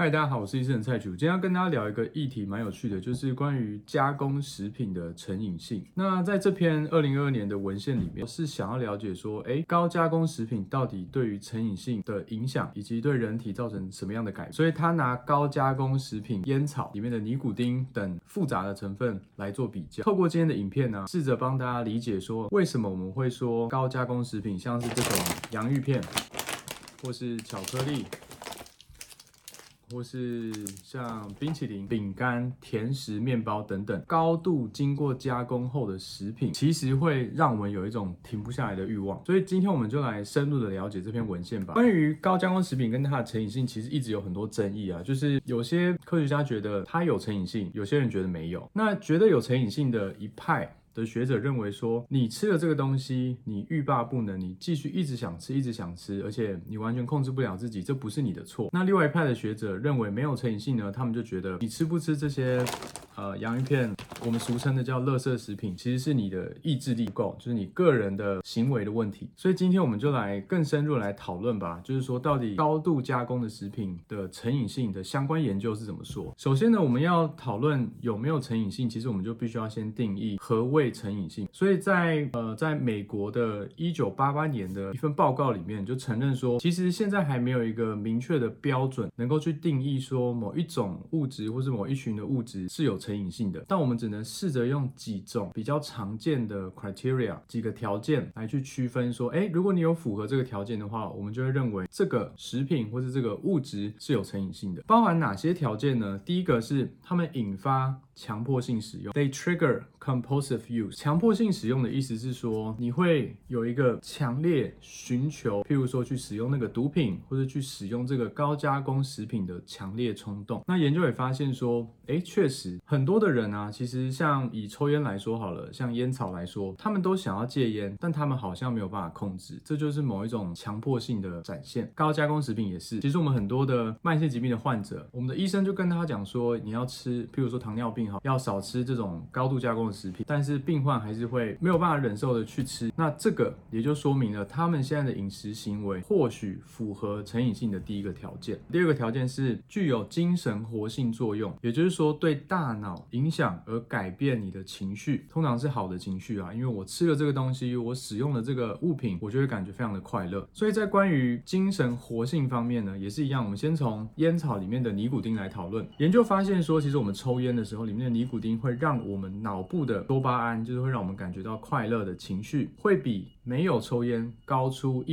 嗨，大家好，我是医生蔡主。今天要跟大家聊一个议题，蛮有趣的，就是关于加工食品的成瘾性。那在这篇2022年的文献里面，是想要了解说，高加工食品到底对于成瘾性的影响，以及对人体造成什么样的改变。所以他拿高加工食品、烟草里面的尼古丁等复杂的成分来做比较。透过今天的影片呢，试着帮大家理解说，为什么我们会说高加工食品，像是这种洋芋片，或是巧克力。或是像冰淇淋、饼干、甜食、面包等等高度经过加工后的食品，其实会让我们有一种停不下来的欲望。所以今天我们就来深入的了解这篇文献吧。关于高加工食品跟它的成瘾性，其实一直有很多争议啊。就是有些科学家觉得它有成瘾性，有些人觉得没有。那觉得有成瘾性的一派的学者认为说，你吃了这个东西，你欲罢不能，你继续一直想吃，一直想吃，而且你完全控制不了自己，这不是你的错。那另外一派的学者认为没有成瘾性呢，他们就觉得你吃不吃这些洋芋片，我们俗称的叫垃圾食品，其实是你的意志力不够，就是你个人的行为的问题。所以今天我们就来更深入来讨论吧，就是说到底高度加工的食品的成瘾性的相关研究是怎么说。首先呢，我们要讨论有没有成瘾性，其实我们就必须要先定义何谓成瘾性。所以在美国的1988年的一份报告里面就承认说，其实现在还没有一个明确的标准能够去定义说某一种物质或是某一群的物质是有成瘾性的，但我们只能试着用几种比较常见的 criteria 几个条件来去区分说，如果你有符合这个条件的话，我们就会认为这个食品或是这个物质是有成瘾性的。包含哪些条件呢？第一个是它们引发强迫性使用 ，they trigger compulsive use。强迫性使用的意思是说，你会有一个强烈寻求，譬如说去使用那个毒品，或者去使用这个高加工食品的强烈冲动。那研究也发现说，确实很多的人啊，其实像以抽烟来说好了，像烟草来说，他们都想要戒烟，但他们好像没有办法控制，这就是某一种强迫性的展现。高加工食品也是，其实我们很多的慢性疾病的患者，我们的医生就跟他讲说，你要吃，譬如说糖尿病要少吃这种高度加工的食品，但是病患还是会没有办法忍受的去吃。那这个也就说明了他们现在的饮食行为或许符合成瘾性的第一个条件。第二个条件是具有精神活性作用，也就是说对大脑影响而改变你的情绪，通常是好的情绪啊，因为我吃了这个东西，我使用了这个物品，我就会感觉非常的快乐。所以在关于精神活性方面呢，也是一样，我们先从烟草里面的尼古丁来讨论。研究发现说，其实我们抽烟的时候，里面的尼古丁会让我们脑部的多巴胺，就是会让我们感觉到快乐的情绪，会比没有抽烟高出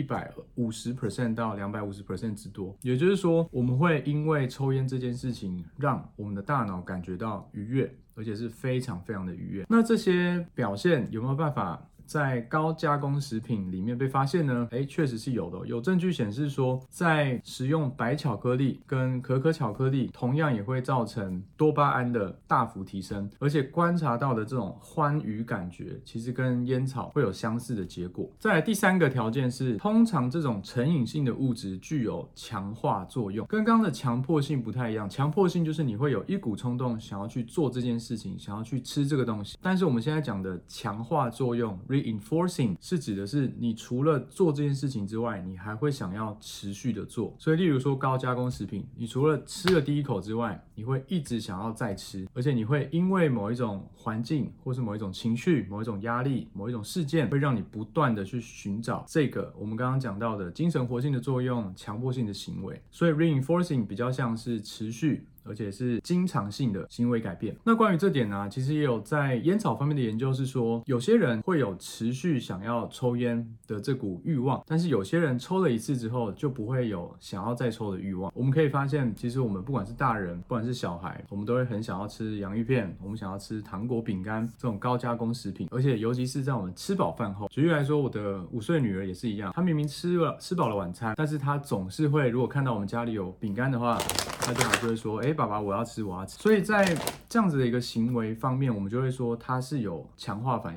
150% 到250% 之多。也就是说，我们会因为抽烟这件事情，让我们的大脑感觉到愉悦，而且是非常非常的愉悦。那这些表现有没有办法在高加工食品里面被发现呢？确实是有的。有证据显示说，在食用白巧克力跟可可巧克力，同样也会造成多巴胺的大幅提升，而且观察到的这种欢愉感觉，其实跟烟草会有相似的结果。再来第三个条件是，通常这种成瘾性的物质具有强化作用，跟刚刚的强迫性不太一样。强迫性就是你会有一股冲动想要去做这件事情，想要去吃这个东西，但是我们现在讲的强化作用reinforcing 是指的是你除了做这件事情之外，你还会想要持续的做。所以例如说高加工食品，你除了吃了第一口之外，你会一直想要再吃，而且你会因为某一种环境或是某一种情绪、某一种压力、某一种事件，会让你不断的去寻找这个我们刚刚讲到的精神活性的作用、强迫性的行为。所以 reinforcing 比较像是持续，而且是经常性的行为改变。那关于这点呢，其实也有在烟草方面的研究是说，有些人会有持续想要抽烟的这股欲望，但是有些人抽了一次之后就不会有想要再抽的欲望。我们可以发现，其实我们不管是大人，不管是小孩，我们都会很想要吃洋芋片，我们想要吃糖果、饼干这种高加工食品，而且尤其是在我们吃饱饭后。举例来说，我的5岁女儿也是一样，她明明吃饱了晚餐，但是她总是会，如果看到我们家里有饼干的话，她就会说，爸爸我要吃我要吃。所以在这样子的一个行为方面，我们就会说它是有强化反应的。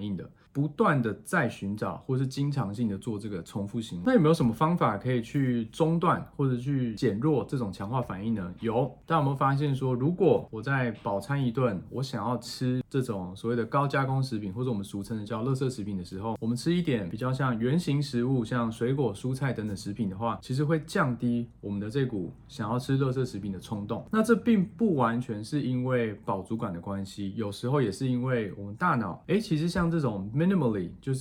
不断的在寻找或是经常性的做这个重复行为。那有没有什么方法可以去中断或者去减弱这种强化反应呢？有，大家有没有发现说，如果我在饱餐一顿，我想要吃这种所谓的高加工食品，或者我们俗称的叫垃圾食品的时候，我们吃一点比较像原型食物，像水果、蔬菜等等食品的话，其实会降低我们的这股想要吃垃圾食品的冲动。那这并不完全是因为饱足感的关系，有时候也是因为我们大脑，其实像这种 minimally 就是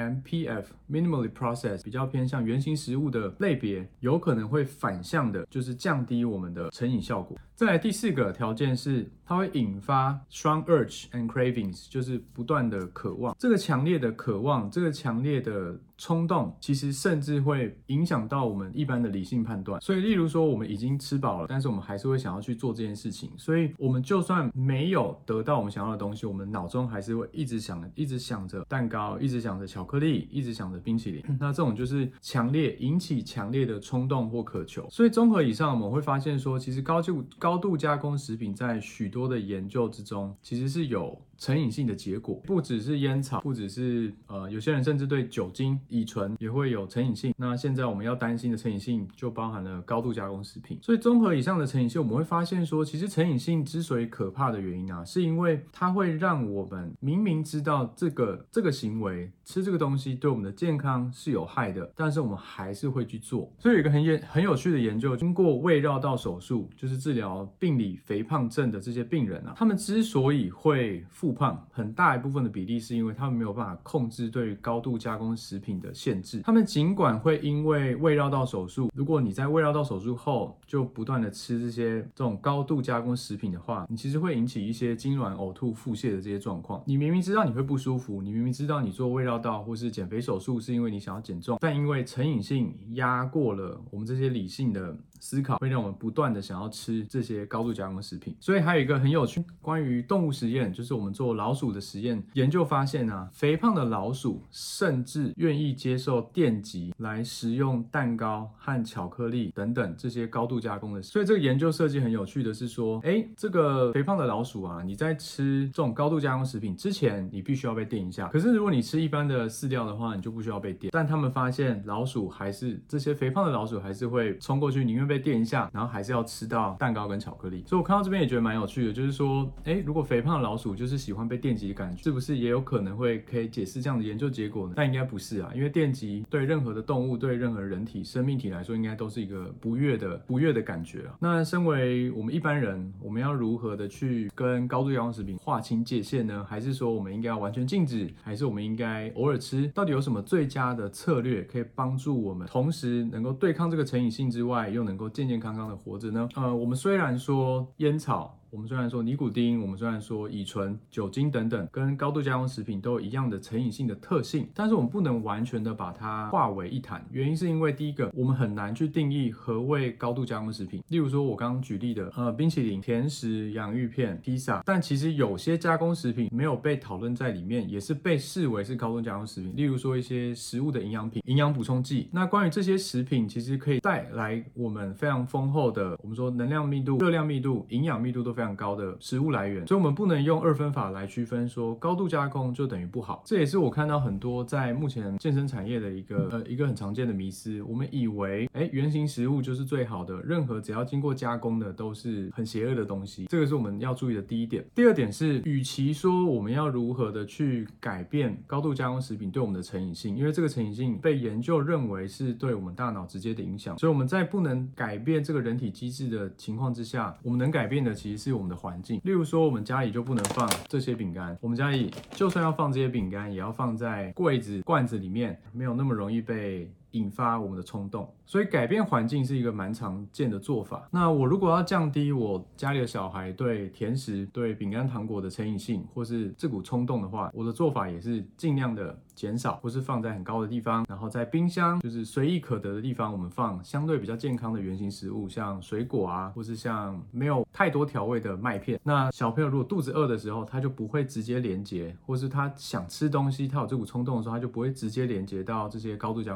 MPF minimally processed 比较偏向原型食物的类别，有可能会反向的，就是降低我们的成瘾效果。再来第4个条件是，它会引发 strong urge and cravings， 就是不断的渴望。这个强烈的渴望，这个强烈的冲动，其实甚至会影响到我们一般的理性判断。所以例如说我们已经吃饱了，但是我们还是会想要去做这件事情，所以我们就算没有得到我们想要的东西，我们脑中还是会一直想着蛋糕，一直想着巧克力，一直想着冰淇淋。那这种就是引起强烈的冲动或渴求。所以综合以上，我们会发现说，其实高度加工食品在许多的研究之中，其实是有成瘾性的结果，不只是烟草，不只是有些人甚至对酒精、乙醇也会有成瘾性。那现在我们要担心的成瘾性就包含了高度加工食品。所以综合以上的成瘾性，我们会发现说，其实成瘾性之所以可怕的原因啊，是因为它会让我们明明知道这个行为吃这个东西对我们的健康是有害的，但是我们还是会去做。所以有一个很有趣的研究，经过胃绕道手术，就是治疗病理肥胖症的这些病人啊，他们之所以会复胖，很大一部分的比例是因为他们没有办法控制对于高度加工食品的限制。他们尽管会因为胃绕道手术，如果你在胃绕道手术后就不断的吃这种高度加工食品的话，你其实会引起一些痉挛、呕吐、腹泻的这些状况。你明明知道你会不舒服，你明明知道你做胃绕道或是减肥手术是因为你想要减重，但因为成瘾性压过了我们这些理性的思考，会让我们不断的想要吃这些高度加工食品。所以还有一个很有趣关于动物实验，就是我们做老鼠的实验，研究发现啊，肥胖的老鼠甚至愿意接受电击来食用蛋糕和巧克力等等这些高度加工的。所以这个研究设计很有趣的是说，这个肥胖的老鼠啊，你在吃这种高度加工食品之前，你必须要被电一下。可是如果你吃一般的饲料的话，你就不需要被电。但他们发现这些肥胖的老鼠还是会冲过去，宁愿被电一下，然后还是要吃到蛋糕跟巧克力。所以我看到这边也觉得蛮有趣的，就是说，如果肥胖的老鼠就是喜欢被电击的感觉，是不是也有可能可以解释这样的研究结果呢？但应该不是啊，因为电击对任何的动物、对任何人体、生命体来说，应该都是一个不悦的感觉啊。那身为我们一般人，我们要如何的去跟高度加工食品划清界限呢？还是说我们应该要完全禁止？还是我们应该偶尔吃？到底有什么最佳的策略可以帮助我们同时能够对抗这个成瘾性之外，又能够健健康康的活着呢？我们虽然说烟草，我们虽然说尼古丁，我们虽然说乙醇、酒精等等，跟高度加工食品都有一样的成瘾性的特性，但是我们不能完全的把它化为一谈。原因是因为第一个，我们很难去定义何谓高度加工食品。例如说我刚刚举例的冰淇淋、甜食、洋芋片、披萨，但其实有些加工食品没有被讨论在里面，也是被视为是高度加工食品。例如说一些食物的营养品、营养补充剂。那关于这些食品，其实可以带来我们非常丰厚的，我们说能量密度、热量密度、营养密度都非常高的食物来源，所以我们不能用二分法来区分说高度加工就等于不好。这也是我看到很多在目前健身产业的一个很常见的迷思，我们以为原型食物就是最好的，任何只要经过加工的都是很邪恶的东西，这个是我们要注意的第一点。第二点是，与其说我们要如何的去改变高度加工食品对我们的成瘾性，因为这个成瘾性被研究认为是对我们大脑直接的影响，所以我们在不能改变这个人体机制的情况之下，我们能改变的其实是我们的环境。例如说我们家里就不能放这些饼干，我们家里就算要放这些饼干，也要放在柜子、罐子里面，没有那么容易被引发我们的冲动。所以改变环境是一个蛮常见的做法。那我如果要降低我家里的小孩对甜食、对饼干糖果的成瘾性，或是这股冲动的话，我的做法也是尽量的减少，或是放在很高的地方，然后在冰箱就是随意可得的地方，我们放相对比较健康的原型食物，像水果啊，或是像没有太多调味的麦片。那小朋友如果肚子饿的时候，他就不会直接连结，或是他想吃东西，他有这股冲动的时候，他就不会直接连结到这些高度加工食品上。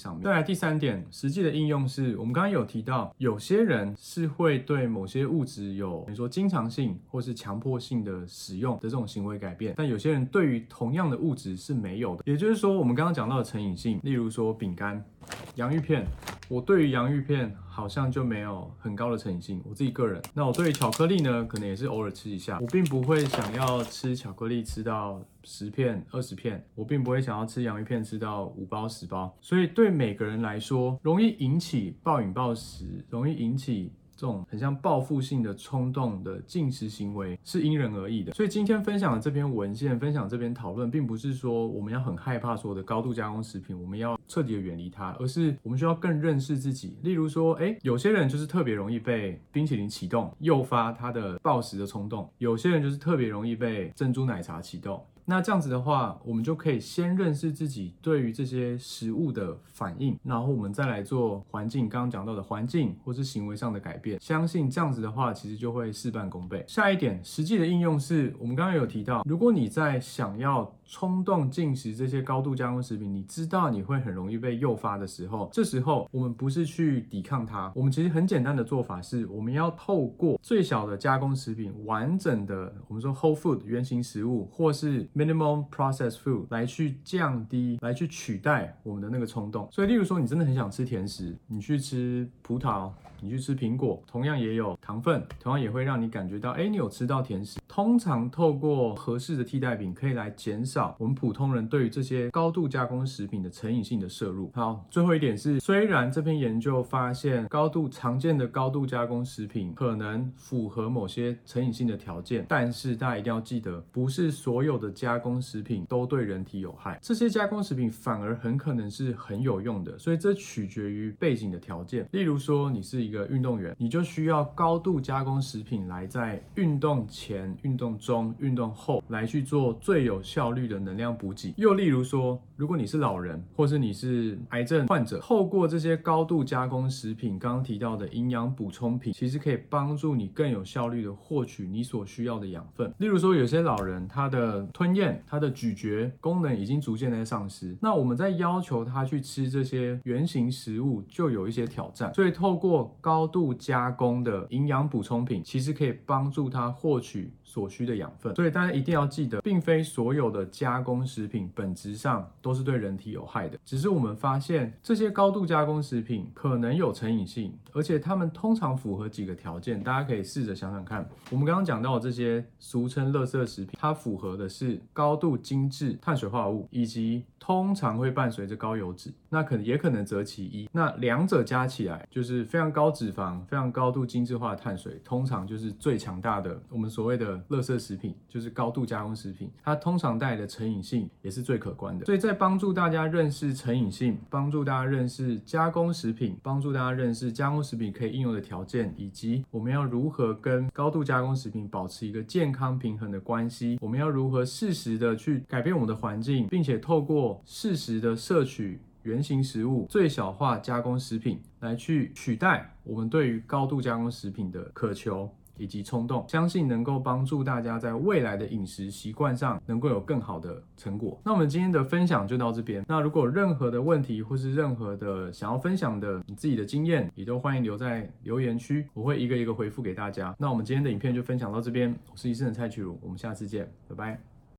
上面。再来第3点，实际的应用是我们刚刚有提到，有些人是会对某些物质有比如说经常性或是强迫性的使用的这种行为改变，但有些人对于同样的物质是没有的。也就是说，我们刚刚讲到的成瘾性，例如说饼干、洋芋片，我对于洋芋片好像就没有很高的成瘾性，我自己个人。那我对于巧克力呢，可能也是偶尔吃一下，我并不会想要吃巧克力吃到10片、20片，我并不会想要吃洋芋片吃到5包、10包。所以对每个人来说，容易引起暴饮暴食，容易引起这种很像报复性的冲动的进食行为是因人而异的。所以今天分享的这篇文献，分享这篇讨论，并不是说我们要很害怕所有的高度加工食品，我们要彻底的远离它，而是我们需要更认识自己。例如说，有些人就是特别容易被冰淇淋启动，诱发他的暴食的冲动；有些人就是特别容易被珍珠奶茶启动。那这样子的话，我们就可以先认识自己对于这些食物的反应，然后我们再来做环境，刚刚讲到的环境或是行为上的改变。相信这样子的话，其实就会事半功倍。下一点，实际的应用是我们刚刚有提到，如果你在想要冲动进食这些高度加工食品，你知道你会很容易被诱发的时候，这时候我们不是去抵抗它，我们其实很简单的做法是，我们要透过最小的加工食品，完整的我们说 whole food 原型食物，或是 minimum processed food 来去降低，来去取代我们的那个冲动。所以例如说你真的很想吃甜食，你去吃葡萄，你去吃苹果，同样也有糖分，同样也会让你感觉到你有吃到甜食。通常透过合适的替代品可以来减少我们普通人对于这些高度加工食品的成瘾性的摄入。好，最后一点是，虽然这篇研究发现常见的高度加工食品可能符合某些成瘾性的条件，但是大家一定要记得，不是所有的加工食品都对人体有害，这些加工食品反而很可能是很有用的，所以这取决于背景的条件。例如说你是一个运动员，你就需要高度加工食品来在运动前、运动中、运动后来去做最有效率的能量补给。又例如说，如果你是老人，或是你是癌症患者，透过这些高度加工食品，刚刚提到的营养补充品，其实可以帮助你更有效率的获取你所需要的养分。例如说，有些老人他的吞咽、他的咀嚼功能已经逐渐在丧失，那我们在要求他去吃这些原型食物，就有一些挑战。所以透过高度加工的营养补充品，其实可以帮助他获取所需的养分。所以大家一定要记得，并非所有的加工食品本质上都是对人体有害的，只是我们发现这些高度加工食品可能有成瘾性，而且它们通常符合几个条件，大家可以试着想想看。我们刚刚讲到的这些俗称垃圾食品，它符合的是高度精致碳水化合物，以及通常会伴随着高油脂，那也可能择其一。那两者加起来就是非常高脂肪、非常高度精致化的碳水，通常就是最强大的我们所谓的垃圾食品，就是高度加工食品，它通常带来的成瘾性也是最可观的。所以在帮助大家认识成瘾性，帮助大家认识加工食品，帮助大家认识加工食品可以应用的条件，以及我们要如何跟高度加工食品保持一个健康平衡的关系，我们要如何适时的去改变我们的环境，并且透过适时的摄取原型食物、最小化加工食品来去取代我们对于高度加工食品的渴求以及冲动，相信能够帮助大家在未来的饮食习惯上能够有更好的成果。那我们今天的分享就到这边，那如果有任何的问题或是任何的想要分享的你自己的经验，也都欢迎留在留言区，我会一个一个回复给大家。那我们今天的影片就分享到这边，我是医生的蔡奇儒，我们下次见，拜拜。